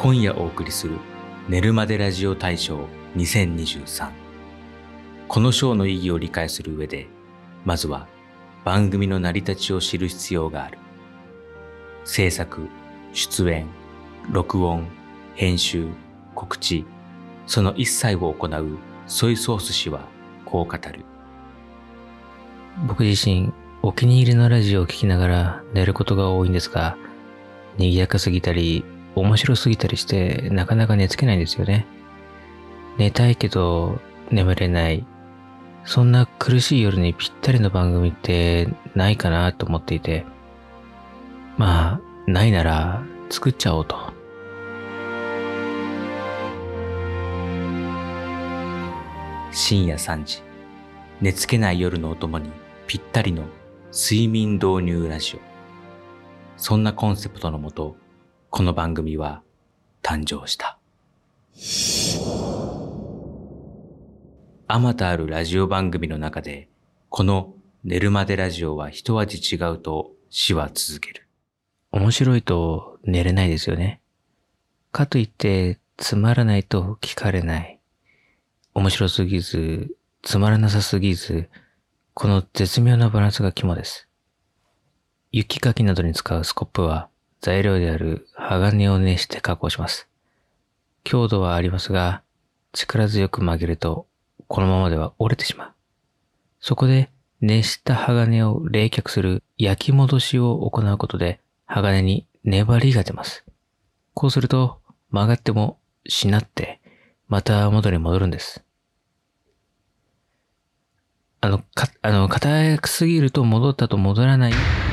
今夜お送りする寝るまでラジオ大賞2023。この賞の意義を理解する上で、まずは番組の成り立ちを知る必要がある。制作、出演、録音、編集、告知、その一切を行うソイソース氏はこう語る。 僕自身、お気に入りのラジオを聞きながら寝ることが多いんですが、賑やかすぎたり、面白すぎたりしてなかなか寝つけないんですよね。寝たいけど眠れない。そんな苦しい夜にぴったりの番組ってないかなと思っていて、まあ、ないなら作っちゃおうと。 深夜3時、寝つけない夜のお供にぴったりの睡眠導入ラジオ。そんなコンセプトのもと、この番組は誕生した。あまたあるラジオ番組の中で、この寝るまでラジオは一味違うと詩は続ける。 面白いと寝れないですよね。かといってつまらないと聞かれない。面白すぎず、つまらなさすぎず、この絶妙なバランスが肝です。雪かきなどに使うスコップは材料である鋼を熱して加工します。強度はありますが、力強く曲げるとこのままでは折れてしまう。そこで熱した鋼を冷却する焼き戻しを行うことで鋼に粘りが出ます。こうすると曲がってもしなってまた元に戻るんです。硬すぎると戻ったと戻らない。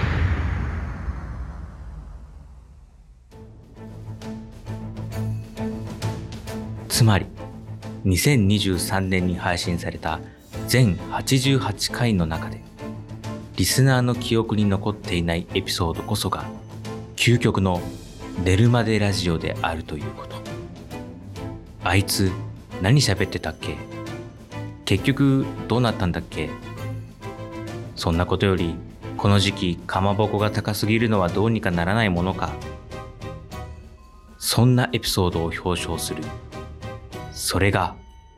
つまり、2023年に配信された全88回の中で、リスナーの記憶に残っていないエピソードこそが、究極の寝るまでラジオであるということ。あいつ、何喋ってたっけ？結局、どうなったんだっけ？そんなことより、この時期、かまぼこが高すぎるのはどうにかならないものか。そんなエピソードを表彰する。それが、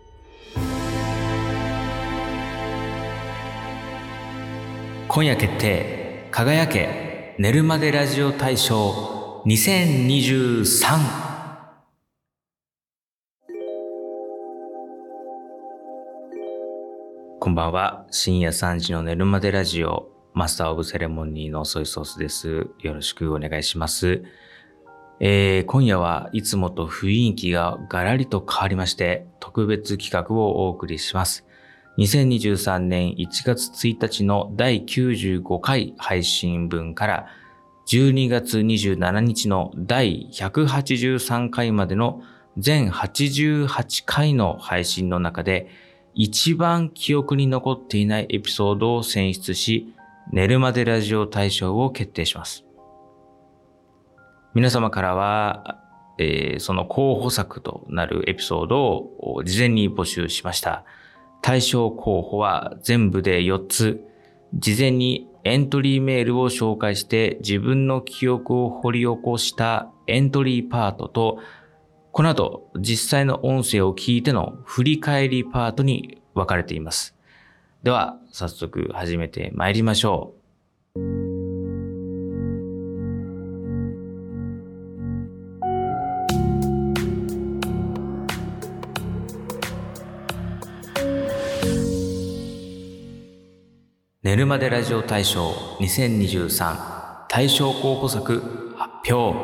今夜決定、輝け、寝るまでラジオ大賞2023。こんばんは。深夜3時の寝るまでラジオ、マスターオブセレモニーのソイソースです。よろしくお願いします。今夜はいつもと雰囲気がガラリと変わりまして、特別企画をお送りします。2023年1月1日の第95回配信分から12月27日の第183回までの全88回の配信の中で一番記憶に残っていないエピソードを選出し、寝るまでラジオ大賞を決定します。皆様からは、その候補作となるエピソードを事前に募集しました。対象候補は全部で4つ。事前にエントリーメールを紹介して自分の記憶を掘り起こしたエントリーパートと、この後実際の音声を聞いての振り返りパートに分かれています。では早速始めてまいりましょう。寝るまでラジオ大賞2023大賞候補作発表。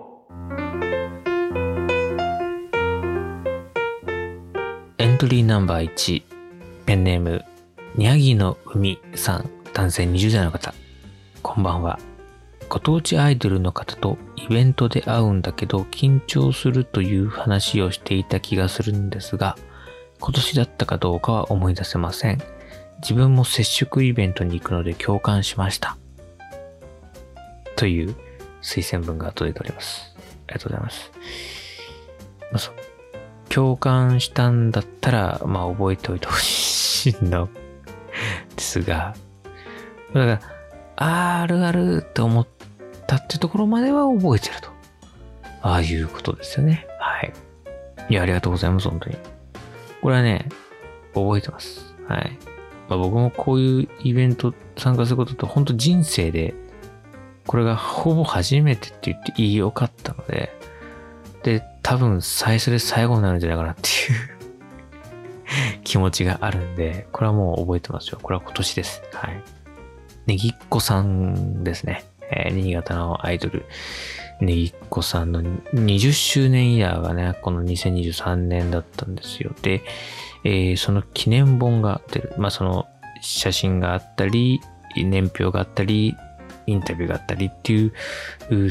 エントリーナンバー1、ペンネームにゃぎの海さん、男性20代の方。こんばんは。ご当地アイドルの方とイベントで会うんだけど緊張するという話をしていた気がするんですが、今年だったかどうかは思い出せません。自分も接触イベントに行くので共感しました。という推薦文が届いております。ありがとうございます。共感したんだったら、覚えておいてほしいのですが、だから、あるあるって思ったってところまでは覚えてると。 ああいうことですよね。はい。いや、ありがとうございます、本当に。これはね、覚えてます。はい。僕もこういうイベント参加することって本当人生で、これがほぼ初めてって言っていいよかったので、で、多分最初で最後になるんじゃないかなっていう気持ちがあるんで、これはもう覚えてますよ。これは今年です。はい。ねぎっこさんですね。新潟のアイドル、ねぎっこさんの20周年イヤーがね、この2023年だったんですよ。で、その記念本が出る。その写真があったり、年表があったり、インタビューがあったりっていう、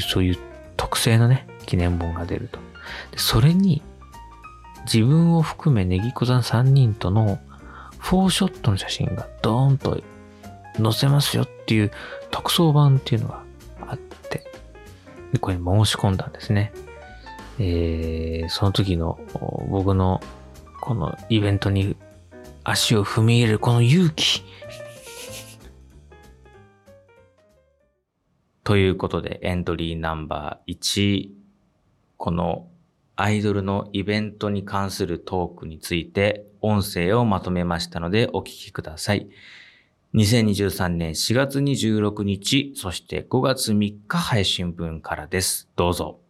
そういう特製のね、記念本が出ると。でそれに、自分を含めねぎっこさん3人との4ショットの写真がドーンと載せますよっていう特装版っていうのがあって、でこれ申し込んだんですね。その時の僕のこのイベントに足を踏み入れるこの勇気。 ということでエントリーナンバー1、このアイドルのイベントに関するトークについて音声をまとめましたのでお聞きください。2023年4月26日、そして5月3日配信分からです。どうぞ。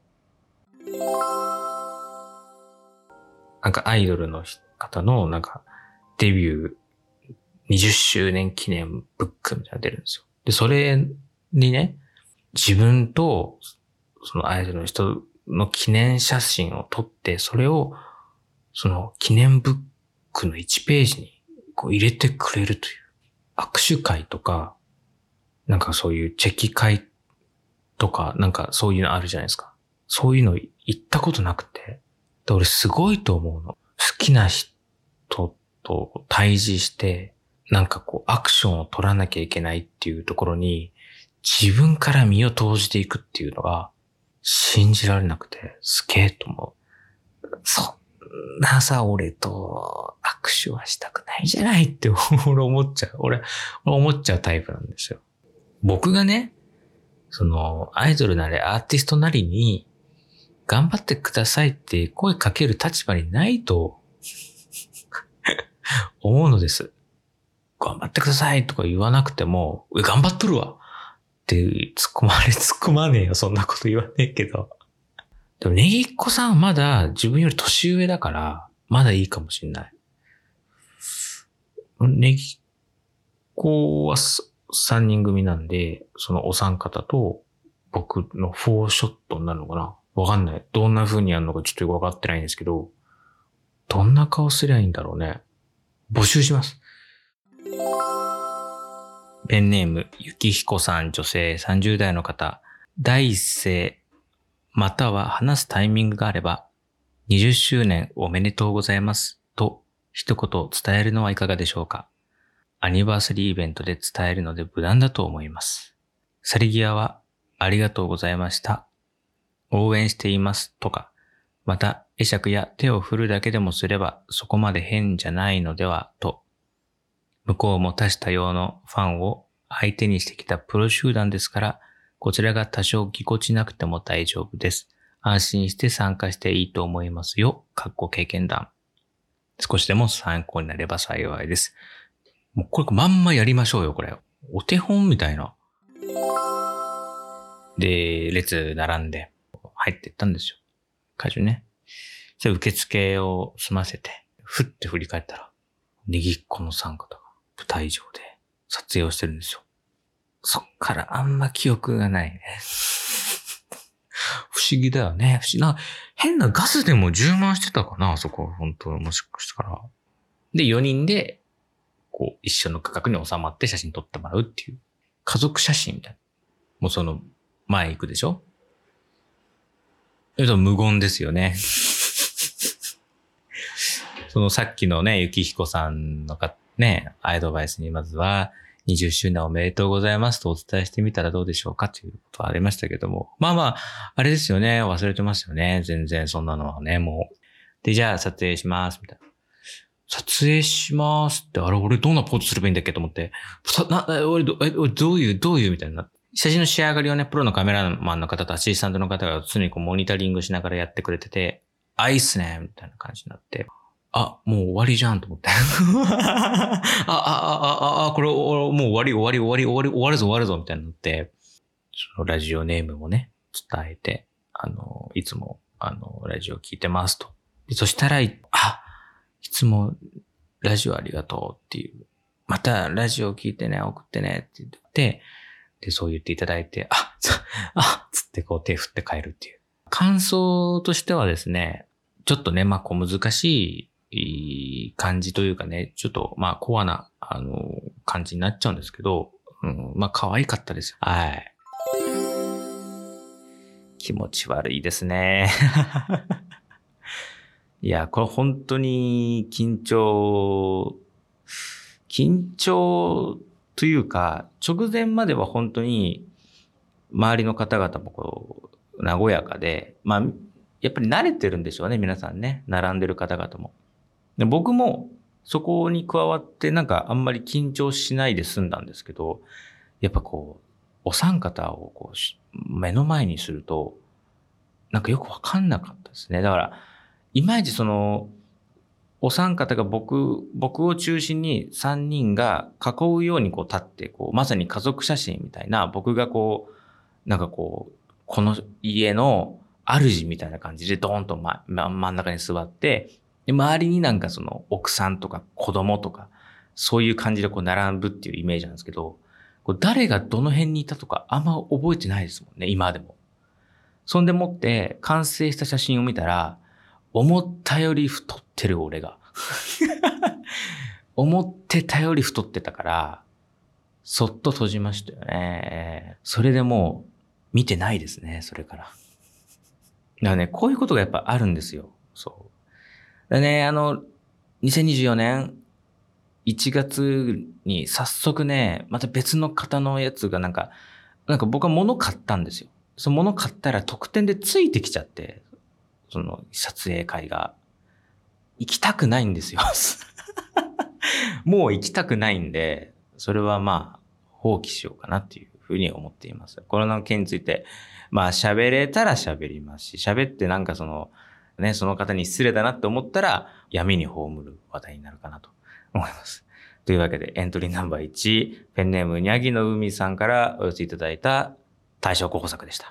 なんかアイドルの方のなんかデビュー20周年記念ブックみたいなの出るんですよ。で、それにね、自分とそのアイドルの人の記念写真を撮って、それをその記念ブックの1ページにこう入れてくれるという握手会とか、なんかそういうチェキ会とか、なんかそういうのあるじゃないですか。そういうの行ったことなくて。で俺すごいと思うの。好きな人と対峙して、なんかこうアクションを取らなきゃいけないっていうところに、自分から身を投じていくっていうのが信じられなくて、すげえと思う。そんなさ、俺と握手はしたくないじゃないって俺思っちゃう。俺思っちゃうタイプなんですよ。僕がね、そのアイドルなりアーティストなりに頑張ってくださいって声かける立場にないと思うのです。頑張ってくださいとか言わなくても、頑張っとるわって突っ込まねえよ。そんなこと言わねえけど。でもねぎっこさんはまだ自分より年上だから、まだいいかもしれない。ねぎっこは3人組なんで、そのお三方と僕の4ショットになるのかな？わかんない。どんな風にやるのかちょっとよくわかってないんですけど、どんな顔すりゃいいんだろうね。募集します。ペンネーム、ゆきひこさん、女性30代の方。第一声、または話すタイミングがあれば、20周年おめでとうございますと一言伝えるのはいかがでしょうか。アニバーサリーイベントで伝えるので無難だと思います。去り際は、ありがとうございました。応援していますとか、また会釈や手を振るだけでもすればそこまで変じゃないのではと、向こうも多種多様のファンを相手にしてきたプロ集団ですから、こちらが多少ぎこちなくても大丈夫です。安心して参加していいと思いますよ。経験談。少しでも参考になれば幸いです。もうこれまんまやりましょうよ、これ。お手本みたいな。で、列並んで入っていったんですよ。会場ね。じゃあ受付を済ませて、ふって振り返ったら、ねぎっこの3方が舞台上で撮影をしてるんですよ。そっからあんま記憶がないね。不思議だよね。変なガスでも充満してたかな、あそこ。本当もしかしたら。で、4人で、こう、一緒の区画に収まって写真撮ってもらうっていう。家族写真みたいな。もうその、前行くでしょ？無言ですよね。そのさっきのね、ゆきひこさんのね、アドバイスにまずは、20周年おめでとうございますとお伝えしてみたらどうでしょうかということはありましたけども。あれですよね。忘れてますよね。全然そんなのはね、もう。で、じゃあ撮影します、みたいな。撮影しますって、あれ、俺どんなポーズすればいいんだっけと思って、俺どういうみたいになって。 写真の仕上がりをね、プロのカメラマンの方とアシスタントの方が常にこうモニタリングしながらやってくれてて、いいっすねみたいな感じになって、もう終わりじゃんと思って。これ、もう終わるぞ、みたいになって、そのラジオネームもね、伝えて、いつも、ラジオ聞いてますと。でそしたら、いつも、ラジオありがとうっていう。また、ラジオ聞いてね、送ってねって言って、で、そう言っていただいて、つってこう手振って帰るっていう。感想としてはですね、ちょっとね、こう難しい感じというかね、ちょっとコアな、感じになっちゃうんですけど、可愛かったですよ。はい。気持ち悪いですね。いや、これ本当に緊張というか、直前までは本当に周りの方々もこう、和やかで、やっぱり慣れてるんでしょうね、皆さんね。並んでる方々も。で僕もそこに加わってあんまり緊張しないで済んだんですけど、やっぱこう、お三方をこう目の前にすると、よくわかんなかったですね。だから、いまいちお三方が僕を中心に3人が囲うようにこう立って、こう、まさに家族写真みたいな、僕がこう、この家の主みたいな感じでドーンと真ん中に座って、で、周りに奥さんとか子供とか、そういう感じでこう並ぶっていうイメージなんですけど、こう誰がどの辺にいたとかあんま覚えてないですもんね、今でも。そんでもって完成した写真を見たら、思ったより太ってる俺が。思ってたより太ってたから、そっと閉じましたよね。それでもう見てないですね、それから。だからね、こういうことがやっぱあるんですよ。そう。だね、2024年1月に早速ね、また別の方のやつが僕は物買ったんですよ。その物買ったら特典でついてきちゃって、その撮影会が。行きたくないんですよ。もう行きたくないんで、それは放棄しようかなっていうふうに思っています。コロナの件について、喋れたら喋りますし、喋ってその方に失礼だなって思ったら、闇に葬る話題になるかなと思います。というわけで、エントリーナンバー1、ペンネームにゃぎの海さんからお寄せいただいた大賞候補作でした。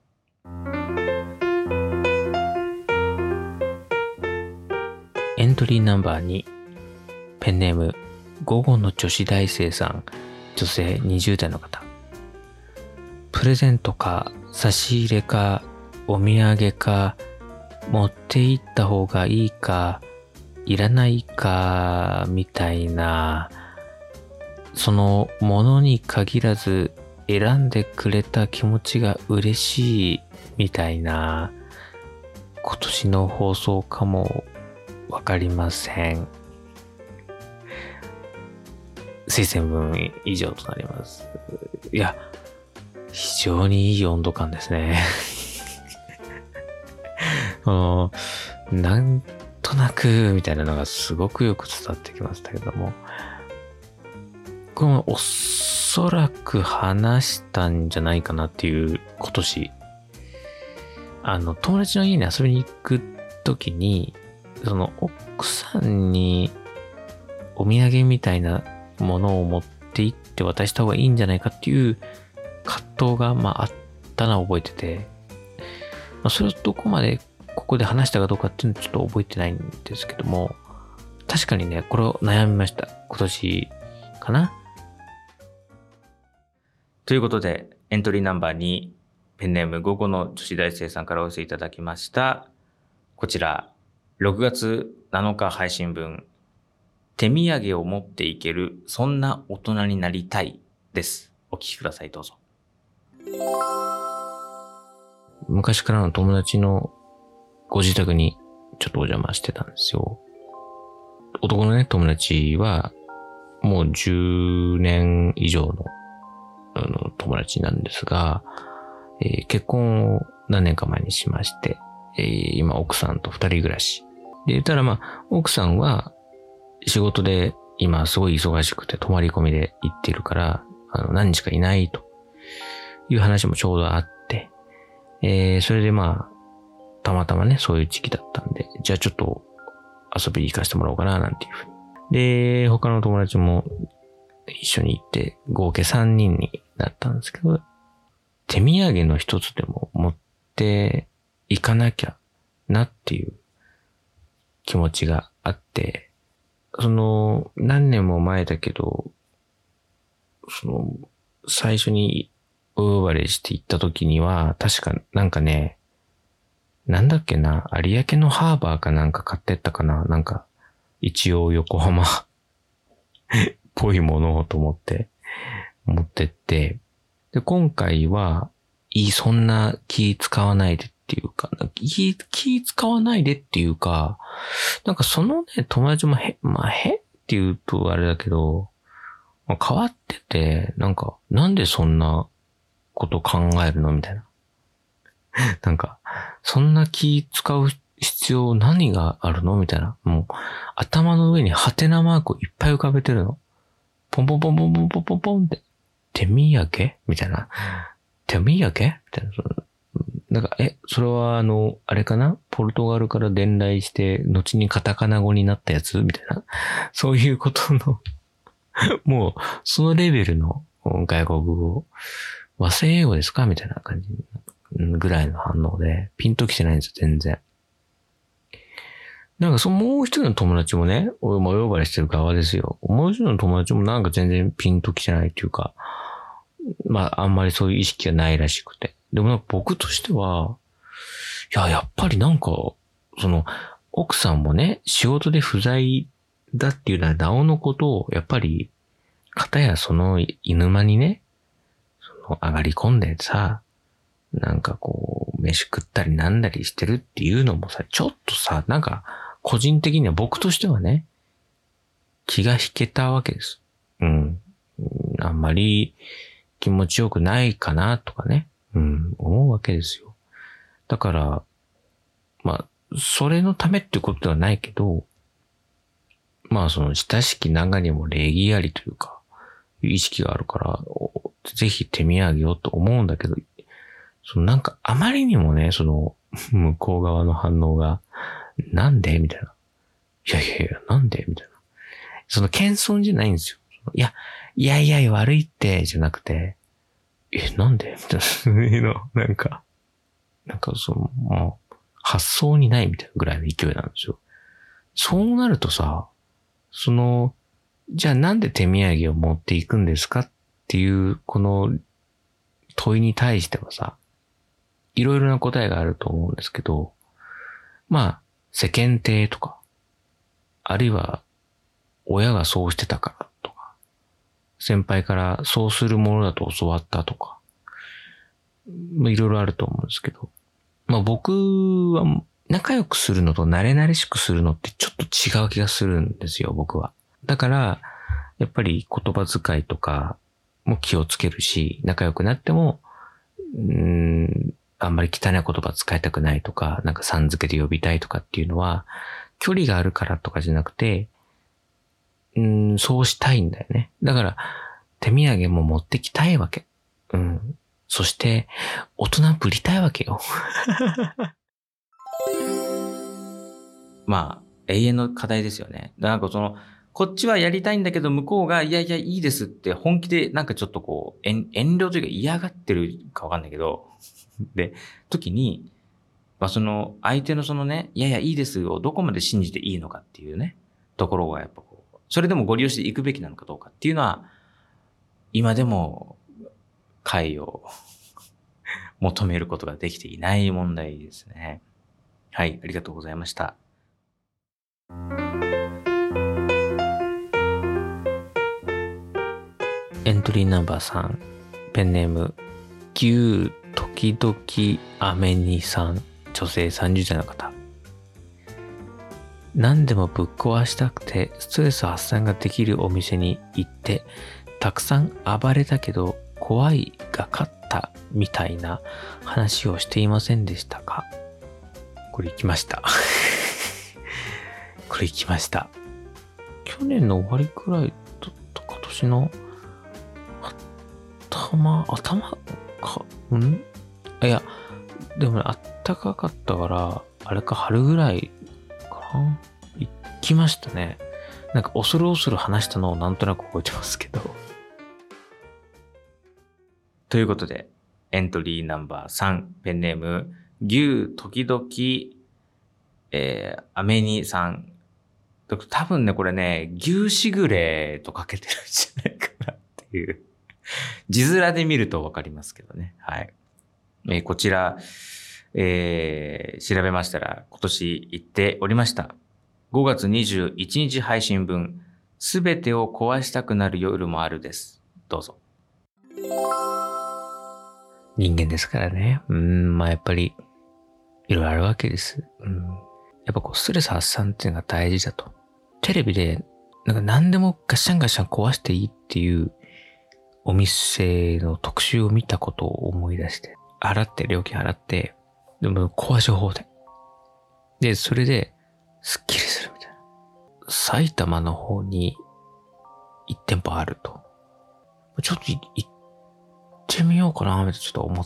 エントリーナンバー2、ペンネーム午後の女子大生さん、女性20代の方。プレゼントか差し入れかお土産か持って行った方がいいかいらないかみたいな、そのものに限らず選んでくれた気持ちが嬉しいみたいな、今年の放送かもわかりません。推薦文以上となります。いや、非常にいい温度感ですね。なんとなくみたいなのがすごくよく伝わってきましたけども、これもおそらく話したんじゃないかなっていう今年、友達の家に遊びに行くときに、その奥さんにお土産みたいなものを持って行って渡した方がいいんじゃないかっていう葛藤があったのは覚えてて、それをどこまでここで話したかどうかっていうのはちょっと覚えてないんですけども、確かにね、これを悩みました。今年かな。 ということで、エントリーナンバー2、ペンネーム午後の女子大生さんからお寄せいただきました。こちら、6月7日配信分、手土産を持っていける、そんな大人になりたいです。お聞きください、どうぞ。 昔からの友達のご自宅にちょっとお邪魔してたんですよ。男のね、友達はもう10年以上の友達なんですが、結婚を何年か前にしまして、今奥さんと2人暮らし。で、言ったら奥さんは仕事で今すごい忙しくて泊まり込みで行ってるから、何日かいないと。 いう話もちょうどあって、それでまあ、たまたまね、そういう時期だったんで、じゃあちょっと遊びに行かせてもらおうかな、なんていうふうに。で、他の友達も一緒に行って、合計3人になったんですけど、手土産の一つでも持っていかなきゃなっていう気持ちがあって、何年も前だけど、最初にお呼ばれして行った時には、確かなんかね、なんだっけな、有明のハーバーかなんか買ってったかな、なんか、一応横浜っぽいものをと思って持ってって、で、今回は、そんな気使わないでっていうか、気使わないでっていうか、なんかそのね、友達もまあって言うとあれだけど、まあ、変わってて、なんでそんなこと考えるのみたいな。なんか、そんな気使う必要何があるのみたいな。もう、頭の上にハテナマークをいっぱい浮かべてるの。ポンポンポンポンポンポンポンポンって。手土産みたいな。手土産みたいな。それはあれかなポルトガルから伝来して、後にカタカナ語になったやつみたいな。そういうことの、もう、そのレベルの外国語、和製英語ですかみたいな感じぐらいの反応で、ピンときてないんですよ、全然。もう一人の友達もね、お呼ばれしてる側ですよ。もう一人の友達も全然ピンときてないっていうか、まあ、あんまりそういう意識がないらしくて。でも僕としては、やっぱり奥さんもね、仕事で不在だっていうのはなおのことを、やっぱり、片やその犬間にね、上がり込んでさ、飯食ったりなんだりしてるっていうのもさ、ちょっとさ、個人的には僕としてはね、気が引けたわけです。うん。あんまり気持ちよくないかなとかね、思うわけですよ。だから、まあ、それのためってことではないけど、まあ親しき長にも礼儀ありというか、意識があるから、ぜひ手土産をと思うんだけど、あまりにもね、向こう側の反応が、なんでみたいな。いや、なんでみたいな。謙遜じゃないんですよ。いや、悪いって、じゃなくて、なんでみたいな。もう、発想にないみたいなぐらいの勢いなんですよ。そうなるとさ、じゃあなんで手土産を持っていくんですかっていう、この問いに対してはさ、いろいろな答えがあると思うんですけど、まあ、世間体とか、あるいは、親がそうしてたからとか、先輩からそうするものだと教わったとか、いろいろあると思うんですけど、まあ僕は仲良くするのと慣れ慣れしくするのってちょっと違う気がするんですよ、僕は。だから、やっぱり言葉遣いとかも気をつけるし、仲良くなっても、あんまり汚い言葉使いたくないとか、さん付けで呼びたいとかっていうのは、距離があるからとかじゃなくて、そうしたいんだよね。だから、手土産も持ってきたいわけ。そして、大人ぶりたいわけよ。 まあ、永遠の課題ですよね。こっちはやりたいんだけど、向こうが、いや、いいですって本気でちょっと遠慮というか嫌がってるかわかんないけど、で、時に、まあ相手のね、いや、いいですをどこまで信じていいのかっていうね、ところがやっぱそれでもご利用していくべきなのかどうかっていうのは、今でも、解を求めることができていない問題ですね。はい、ありがとうございました。 エントリーナンバー3、ペンネーム、牛時々アメニさん、女性30代の方。何でもぶっ壊したくてストレス発散ができるお店に行って、たくさん暴れたけど怖いが勝ったみたいな話をしていませんでしたか？これ行きました。これ行きました。去年の終わりくらいだったか、今年の頭いや、でもね、あったかかったから、あれか、春ぐらいかな行きましたね。なんか恐る恐る話したのをなんとなく覚えてますけど。 ということで、エントリーナンバー3、ペンネーム、牛時々、アメニさん。多分ね、これね、牛しぐれとかけてるんじゃないかなっていう。字面で見るとわかりますけどね。はい。こちら、調べましたら今年言っておりました。5月21日配信分、すべてを壊したくなる夜もあるです。どうぞ。 人間ですからね。まあやっぱり、いろいろあるわけです。やっぱこう、ストレス発散っていうのが大事だと。テレビで、なんか何でもガッシャンガッシャン壊していいっていうお店の特集を見たことを思い出して、料金払って、でも壊し放題。で、それで、スッキリするみたいな。埼玉の方に1店舗あると。ちょっと行ってみようかな、ってちょっと思って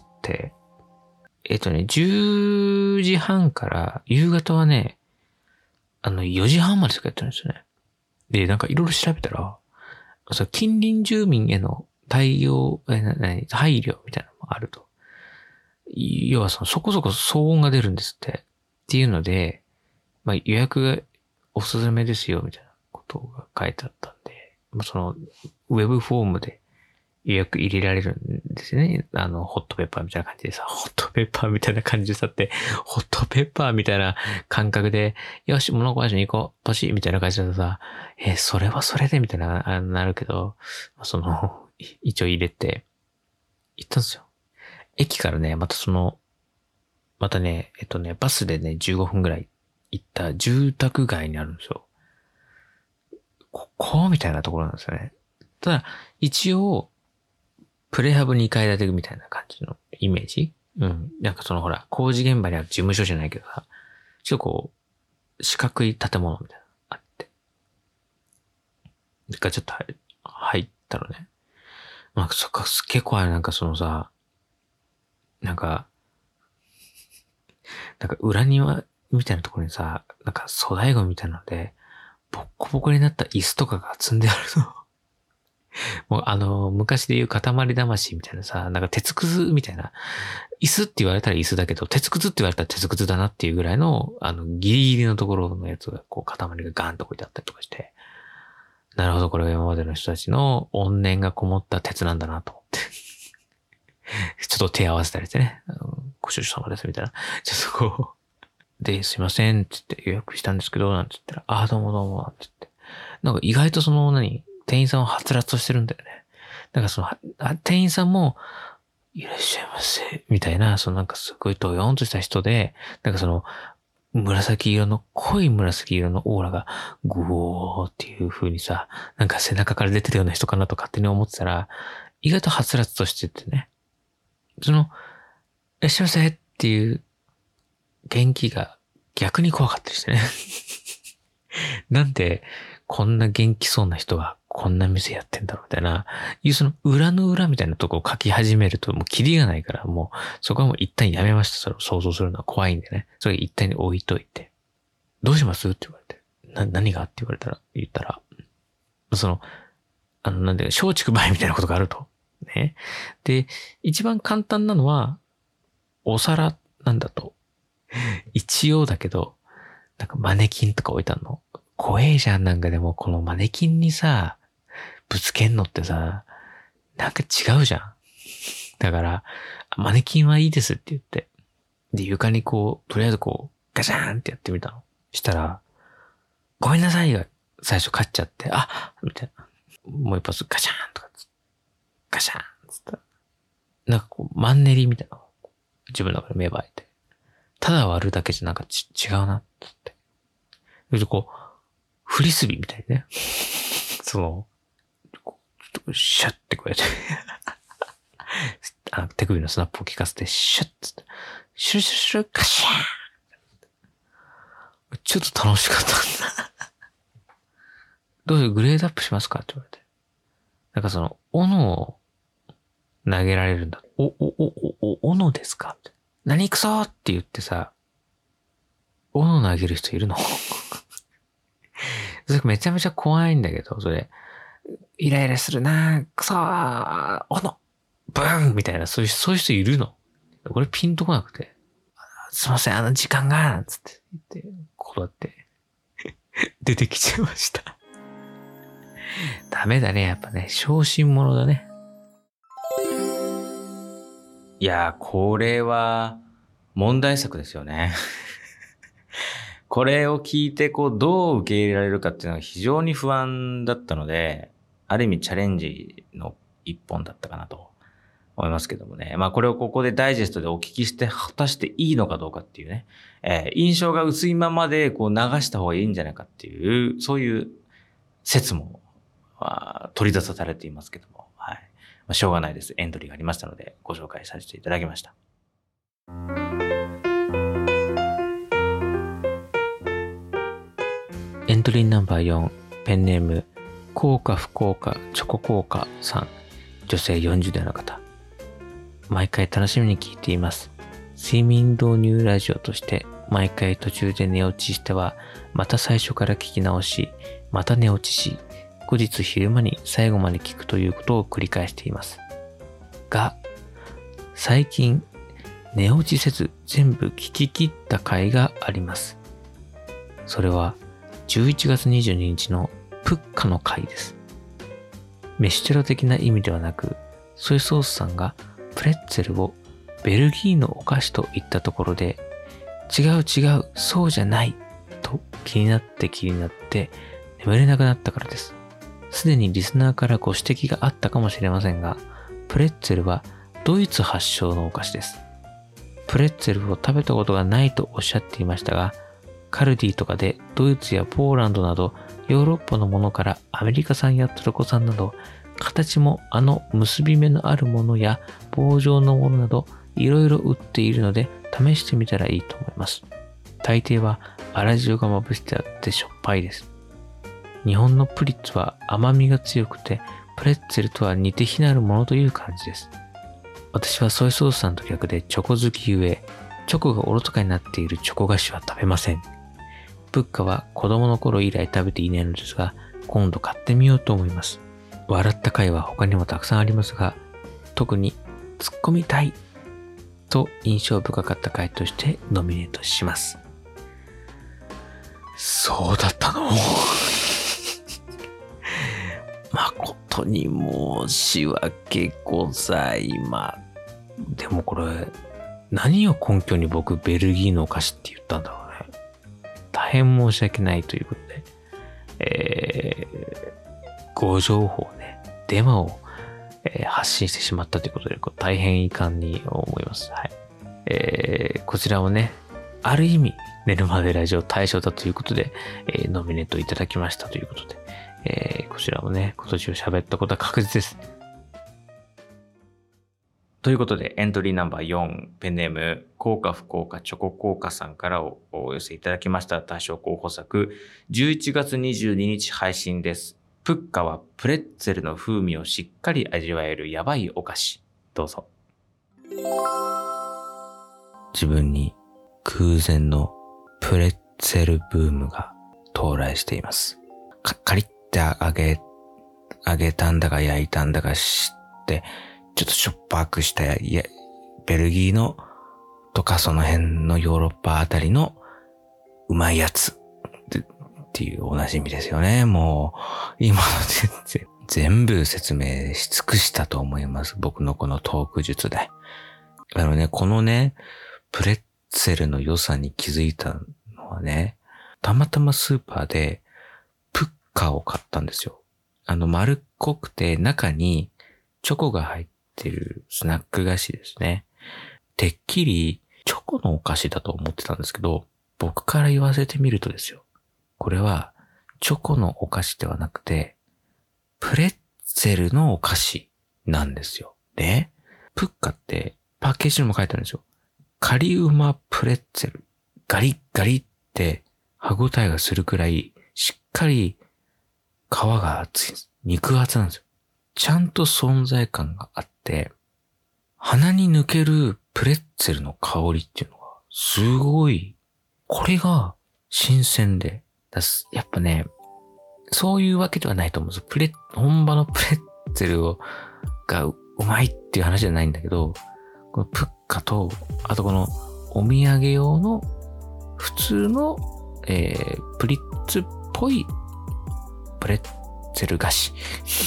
。10時半から夕方はね、4時半までしかやってないんですよね。で、なんかいろいろ調べたら、近隣住民への配慮みたいなのもあると。要はそこそこ騒音が出るんですって。っていうので、まあ予約がおすすめですよ、みたいなことが書いてあったんで、ウェブフォームで予約入れられるんですよね。ホットペッパーみたいな感じでさ、ホットペッパーみたいな感じでさって、ホットペッパーみたいな感覚で、よし、物壊しに行こう、ポチみたいな感じだとさ、それはそれでみたいな、なるけど、一応入れて、行ったんですよ。駅からね、またね、バスでね、15分ぐらい行った住宅街にあるんですよ。ここみたいなところなんですよね。ただ、一応、プレハブ2階建てみたいな感じのイメージ？なんかほら、工事現場にある事務所じゃないけどさ、ちょっとこう、四角い建物みたいなのがあって。でかちょっと入ったのね。なんか結構なんか裏庭みたいなところにさ、なんか粗大ゴミみたいなので、ボッコボコになった椅子とかが積んであるの。もう昔で言う塊魂みたいなさ、なんか鉄くずみたいな。椅子って言われたら椅子だけど、鉄くずって言われたら鉄くずだなっていうぐらいの、ギリギリのところのやつが、こう、塊がガーンと置いてあったりとかして、なるほど、これが今までの人たちの怨念がこもった鉄なんだなと思って。ちょっと手合わせたりしてね、ご主人様ですみたいな。ちょっとこう、で、すいません、つって予約したんですけど、なんつったら、どうもどうも、なんつって。なんか意外と店員さんははつらつとしてるんだよね。なんか店員さんも、いらっしゃいませ、みたいな、なんかすごいドヨーンとした人で、なんか濃い紫色のオーラが、グオーっていう風にさ、なんか背中から出てるような人かなと勝手に思ってたら、意外とはつらつとしててね。いらっしゃいませっていう元気が逆に怖かったりしてね。なんで、こんな元気そうな人がこんな店やってんだろうみたいな、裏の裏みたいなとこを書き始めるともうキリがないから、もうそこはもう一旦やめました。それを想像するのは怖いんでね。それ一旦に置いといて。どうしますって言われて。何がって言ったら、松竹梅みたいなことがあると。ね。で、一番簡単なのは、お皿なんだと。一応だけど、なんかマネキンとか置いてあるの。怖えじゃん、なんかでもこのマネキンにさ、ぶつけんのってさ、なんか違うじゃん。だから、マネキンはいいですって言って。で、床にこう、とりあえずこう、ガシャーンってやってみたの。したら、ごめんなさいが最初勝っちゃって、みたいな。もう一発ガシャーンとかガシャーンつったら、なんかこう、マンネリみたいなのを自分の中で芽生えて。ただ割るだけじゃなんか違うなってって。で、こう、フリスビーみたいにね。シャッてこうやって手首のスナップを効かせて、シュッつって、シュシュシュカシャーンちょっと楽しかったんだ。どういうグレードアップしますかって言われて。なんか斧を、 投げられるんだ。斧ですか？何クソって言ってさ、斧投げる人いるの？それめちゃめちゃ怖いんだけど、それ。イライラするな、クソー、斧ブーンみたいな、そういう人いるの？これピンとこなくて。すいません、時間が、つって言って、こうやって、出てきちゃいました。ダメだね、やっぱね。小心者だね。 いやー、これは問題作ですよね。これを聞いて、どう受け入れられるかっていうのは非常に不安だったので、ある意味チャレンジの一本だったかなと思いますけどもね。まあこれをここでダイジェストでお聞きして果たしていいのかどうかっていうね。印象が薄いままで流した方がいいんじゃないかっていう、そういう説も、取り出されていますけども。はい。まあ、しょうがないです。エントリーがありましたのでご紹介させていただきました。 エントリーナンバー4、ペンネーム、効果不効果チョコ効果さん、女性40代の方。毎回楽しみに聞いています。睡眠導入ラジオとして毎回途中で寝落ちしてはまた最初から聞き直し、また寝落ちし、後日昼間に最後まで聞くということを繰り返しています。が、最近寝落ちせず全部聞き切った回があります。それは11月22日のプッカの回です。飯テロ的な意味ではなく、ソイソースさんがプレッツェルをベルギーのお菓子と言ったところで、違う、そうじゃないと気になって眠れなくなったからです。すでにリスナーからご指摘があったかもしれませんが、プレッツェルはドイツ発祥のお菓子です。プレッツェルを食べたことがないとおっしゃっていましたが、カルディとかでドイツやポーランドなどヨーロッパのものからアメリカ産やトルコ産など、形も結び目のあるものや棒状のものなどいろいろ売っているので試してみたらいいと思います。大抵は粗塩がまぶしてあってしょっぱいです。日本のプリッツは甘みが強くてプレッツェルとは似て非なるものという感じです。私はソイソースさんと逆でチョコ好きゆえ、チョコがおろそかになっているチョコ菓子は食べません。プッカは子供の頃以来食べていないのですが、今度買ってみようと思います。笑った回は他にもたくさんありますが、特に突っ込みたいと印象深かった回としてノミネートします。そうだったの？誠に申し訳ございま。でもこれ、何を根拠に僕ベルギーのお菓子って言ったんだろうね。大変申し訳ないということで、ご情報ね、デマを、発信してしまったということで、大変遺憾に思います。はい。こちらをね、ある意味、寝るまでラジオ対象だということで、ノミネートいただきましたということで、こちらもね、今年を喋ったことは確実です。 ということで、エントリーナンバー4、ペンネーム、効果不効果チョコ効果さんからお寄せいただきました大賞候補作、11月22日配信です。プッカはプレッツェルの風味をしっかり味わえるやばいお菓子。どうぞ。 自分に空前のプレッツェルブームが到来しています。カリッて揚げたんだか焼いたんだかして、ちょっとしょっぱくしたベルギーのとかその辺のヨーロッパあたりのうまいやつっていうおなじみですよね。もう今の全部説明し尽くしたと思います。僕のこのトーク術で。このね、プレッツェルの良さに気づいたのはね、たまたまスーパーでプッカを買ったんですよ。丸っこくて中にチョコが入ってるスナック菓子ですね。てっきりチョコのお菓子だと思ってたんですけど、僕から言わせてみるとですよ。これはチョコのお菓子ではなくて、プレッツェルのお菓子なんですよ。で、プッカってパッケージにも書いてあるんですよ。カリウマプレッツェル。ガリッガリって歯ごたえがするくらいしっかり皮が厚いんです。肉厚なんですよ。ちゃんと存在感があって、 鼻に抜けるプレッツェルの香りっていうのが、すごい、これが新鮮で、やっぱね、そういうわけではないと思うんですよ。本場のプレッツェルがうまいっていう話じゃないんだけど、このプッカと、あとこのお土産用の普通の、プリッツっぽいプレッツェル菓子。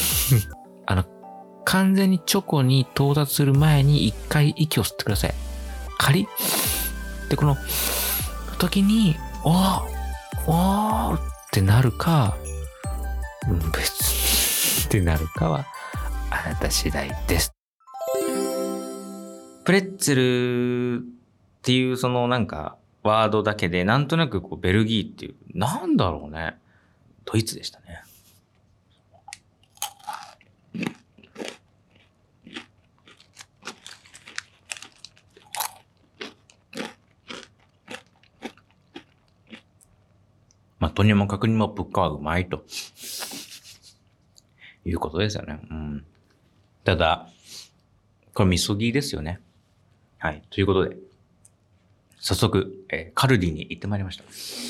完全にチョコに到達する前に一回息を吸ってください。カリッで、この時に、おーってなるか、別にってなるかは、あなた次第です。 プレッツェルっていうそのなんかワードだけでなんとなくこうベルギーっていう、なんだろうね。ドイツでしたね。まあ、とにもかくにもプッカはうまいということですよね。うん。ただ、これみそぎですよね。はい。ということで、早速、カルディに行ってまいりました。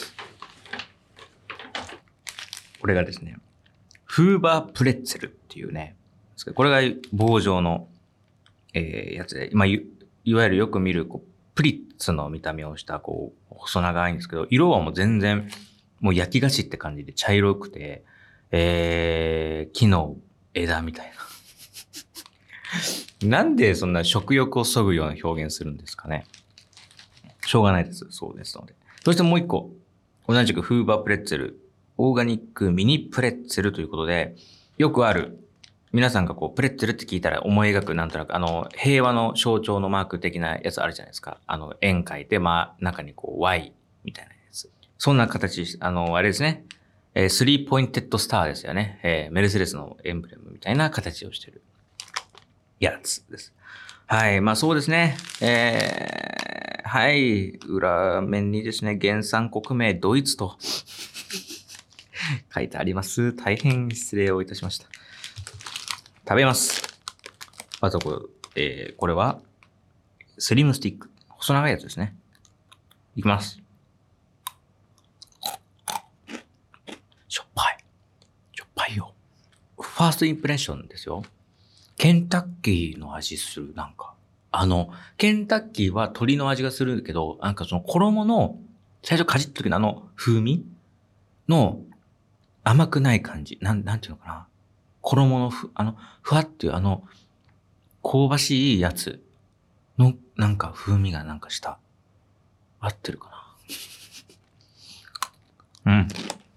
これがですね、フーバープレッツェルっていうね、これが棒状の、やつで、いわゆるよく見るこうプリッツの見た目をしたこう細長いんですけど、色はもう全然もう焼き菓子って感じで茶色くて、木の枝みたいな。なんでそんな食欲をそぐような表現するんですかね。しょうがないです。そうですので。そしてもう一個、同じくフーバープレッツェル、オーガニックミニプレッツェルということで、よくある、皆さんがこう、プレッツェルって聞いたら思い描く、なんとなく、平和の象徴のマーク的なやつあるじゃないですか。円描いて、中にこう、Y みたいなやつ。そんな形、あれですね。スリーポインテッドスターですよね。メルセデスのエンブレムみたいな形をしてるやつです。はい。まあそうですね。はい。裏面にですね、原産国名ドイツと書いてあります。大変失礼をいたしました。食べます。まずはこれは、スリムスティック。細長いやつですね。いきます。しょっぱい。しょっぱいよ。ファーストインプレッションですよ。ケンタッキーの味する、なんか。ケンタッキーは鶏の味がするけど、なんかその衣の、最初かじった時の風味の甘くない感じ。なんていうのかな。衣のふわっていう香ばしいやつの、なんか風味がなんかした。合ってるかな。うん。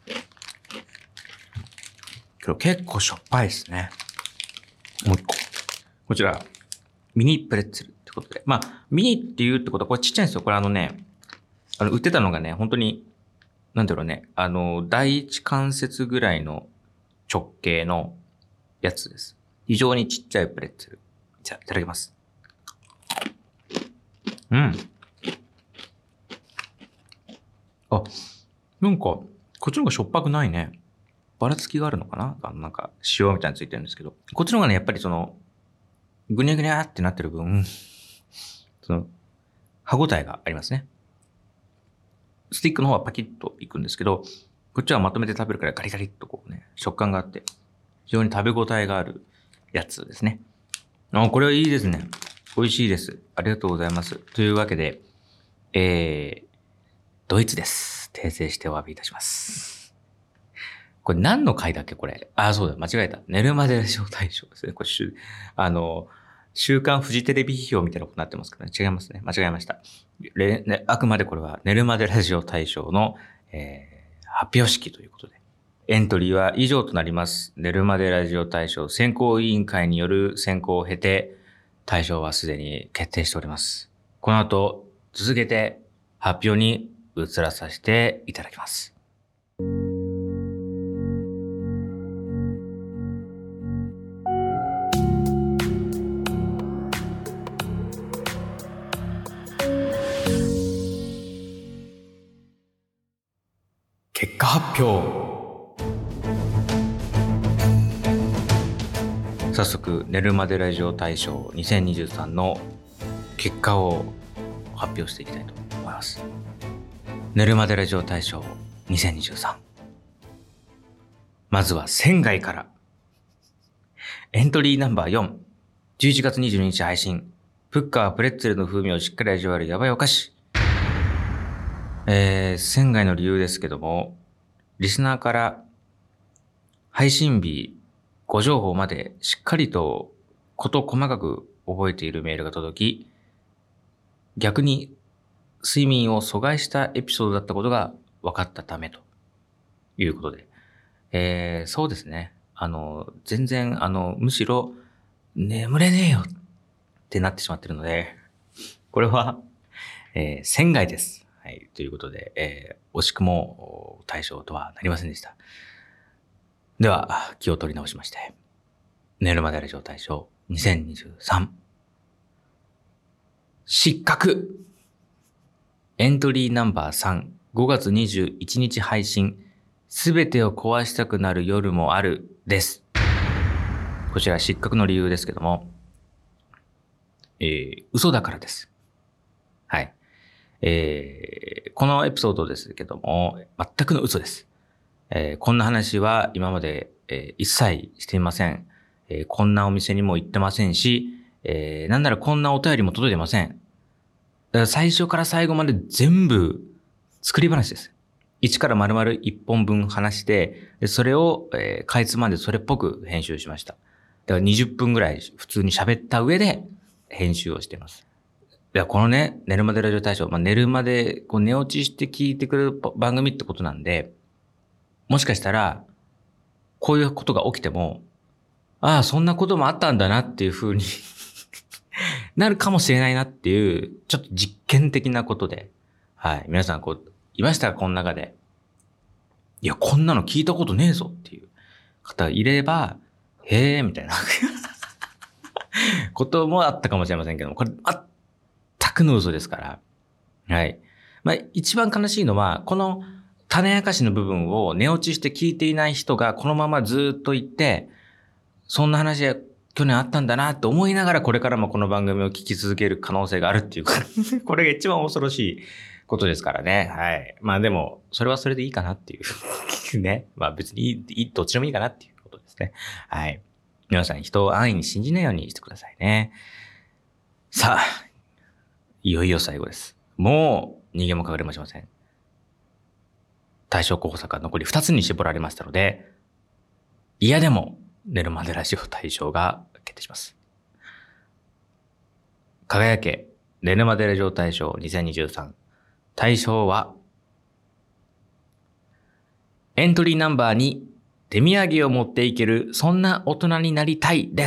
けど結構しょっぱいですね。もう一個。こちら、ミニプレッツェルってことで。まあ、ミニって言うってことは、これちっちゃいんですよ。これ売ってたのがね、本当に、なんだろうね、第一関節ぐらいの直径のやつです。非常にちっちゃいプレッツェル。じゃあ、いただきます。うん。あ、なんか、こっちの方がしょっぱくないね。ばらつきがあるのかな、なんか、塩みたいについてるんですけど。こっちの方がね、やっぱりぐにゃぐにゃってなってる分、歯応えがありますね。スティックの方はパキッといくんですけど、こっちはまとめて食べるからガリガリっとこうね、食感があって、非常に食べ応えがあるやつですね。これはいいですね。美味しいです。ありがとうございます。というわけで、ドイツです。訂正してお詫びいたします。これ何の回だっけこれ。そうだ、間違えた。寝るまでラジオ大賞ですね。これ週刊フジテレビ批評みたいなことになってますけどね。違いますね。間違えました。あくまでこれは寝るまでラジオ大賞の、発表式ということで。エントリーは以上となります。寝るまでラジオ大賞選考委員会による選考を経て、大賞はすでに決定しております。この後、続けて発表に移らさせていただきます。結果発表。 早速寝るまでラジオ大賞2023の結果を発表していきたいと思います。寝るまでラジオ大賞2023、まずは仙外から。エントリーナンバー4、11月22日配信、プッカープレッツェルの風味をしっかり味わえるやばいお菓子。仙外の理由ですけども、リスナーから配信日ご情報までしっかりと事細かく覚えているメールが届き、逆に睡眠を阻害したエピソードだったことが分かったためということで、そうですね。全然むしろ眠れねえよってなってしまっているので、これは、仙外です。はい。ということで、惜しくも対象とはなりませんでした。では、気を取り直しまして、寝るまでラジオ大賞2023、失格。エントリーナンバー3、5月21日配信、すべてを壊したくなる夜もあるです。こちら失格の理由ですけども、嘘だからです。はい。このエピソードですけども、全くの嘘です。こんな話は今まで、一切していません。こんなお店にも行ってませんし、なんならこんなお便りも届いてません。だから最初から最後まで全部作り話です。一から丸々一本分話して、でそれを、かいつまんでそれっぽく編集しました。だから20分ぐらい普通に喋った上で編集をしています。いや、このね、寝るまでラジオ大賞、寝るまでこう寝落ちして聞いてくれる番組ってことなんで、もしかしたら、こういうことが起きても、ああ、そんなこともあったんだなっていう風になるかもしれないなっていう、ちょっと実験的なことで、はい。皆さんいましたかこの中で。いや、こんなの聞いたことねえぞっていう方がいれば、へえ、みたいなこともあったかもしれませんけども、これ、全くの嘘ですから。はい。一番悲しいのは、この種明かしの部分を寝落ちして聞いていない人がこのままずっと言って、そんな話は去年あったんだなって思いながらこれからもこの番組を聞き続ける可能性があるっていうかこれが一番恐ろしいことですからね。はい。でも、それはそれでいいかなっていうね。別にどっちでもいいかなっていうことですね。はい。皆さん人を安易に信じないようにしてくださいね。さあ、いよいよ最後です。もう逃げも隠れもしません。大賞候補作が残り2つに絞られましたので、嫌でも寝るまでラジオ大賞が決定します。輝け寝るまでラジオ大賞2023、大賞はエントリーナンバー2、手土産を持っていけるそんな大人になりたいです。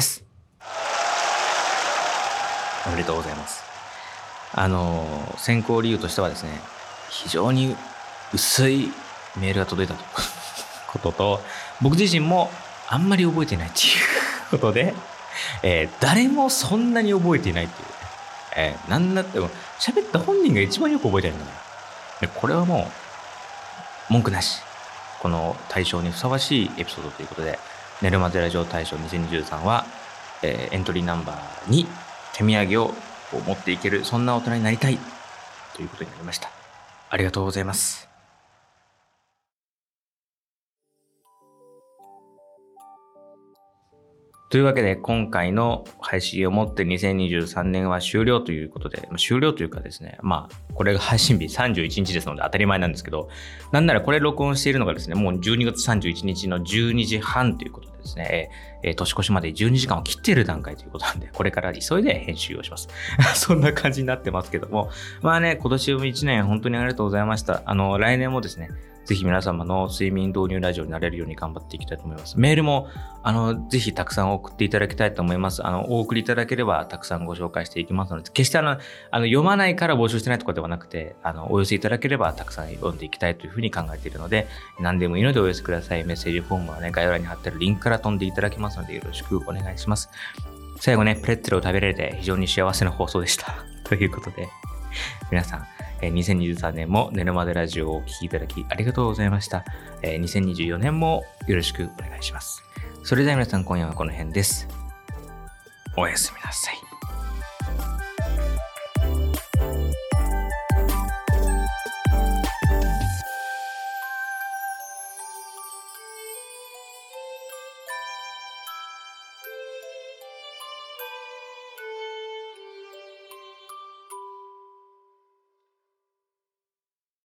おめでとうございます。選考理由としてはですね、非常に薄いメールが届いたとことと、僕自身もあんまり覚えていないっていうことで、誰もそんなに覚えていないっていう、なんだっても喋った本人が一番よく覚えてるんだから。これはもう文句なし。この大賞にふさわしいエピソードということで、寝るまでラジオ大賞2023は、エントリーナンバー2、手土産を持っていけるそんな大人になりたいということになりました。ありがとうございます。というわけで今回の配信をもって2023年は終了ということで、終了というかですね、これが配信日31日ですので当たり前なんですけど、なんならこれ録音しているのがですね、もう12月31日の12時半ということでですね、年越しまで12時間を切っている段階ということなんで、これから急いで編集をします。そんな感じになってますけども、今年も1年本当にありがとうございました。来年もですね、ぜひ皆様の睡眠導入ラジオになれるように頑張っていきたいと思います。メールも、ぜひたくさん送っていただきたいと思います。お送りいただければたくさんご紹介していきますので、決して読まないから募集してないとかではなくて、お寄せいただければたくさん読んでいきたいというふうに考えているので、何でもいいのでお寄せください。メッセージフォームはね、概要欄に貼ってあるリンクから飛んでいただけますので、よろしくお願いします。最後ね、プレッツェルを食べられて非常に幸せな放送でした。ということで、皆さん、2023年も寝るまでラジオをお聞きいただきありがとうございました。2024年もよろしくお願いします。それでは皆さん今夜はこの辺です。 おやすみなさい。